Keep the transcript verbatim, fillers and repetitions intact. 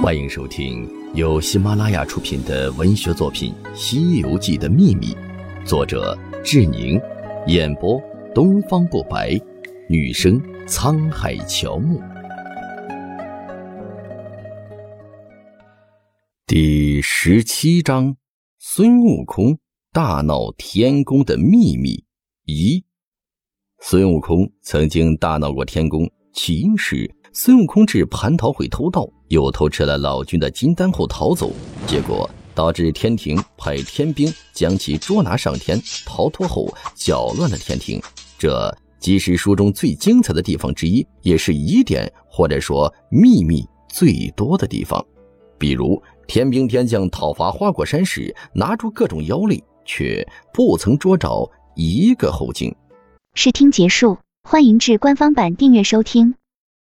欢迎收听由喜马拉雅出品的文学作品《西游记的秘密》，作者志宁，演播东方不白，女生沧海乔木。第十七章，孙悟空大闹天宫的秘密一。孙悟空曾经大闹过天宫，起因是孙悟空至蟠桃会偷盗，又偷吃了老君的金丹后逃走，结果导致天庭派天兵将其捉拿上天，逃脱后搅乱了天庭。这既是书中最精彩的地方之一，也是疑点或者说秘密最多的地方。比如天兵天将讨伐花果山时，拿出各种妖力，却不曾捉着一个后颈。 试听结束，欢迎至官方版订阅收听。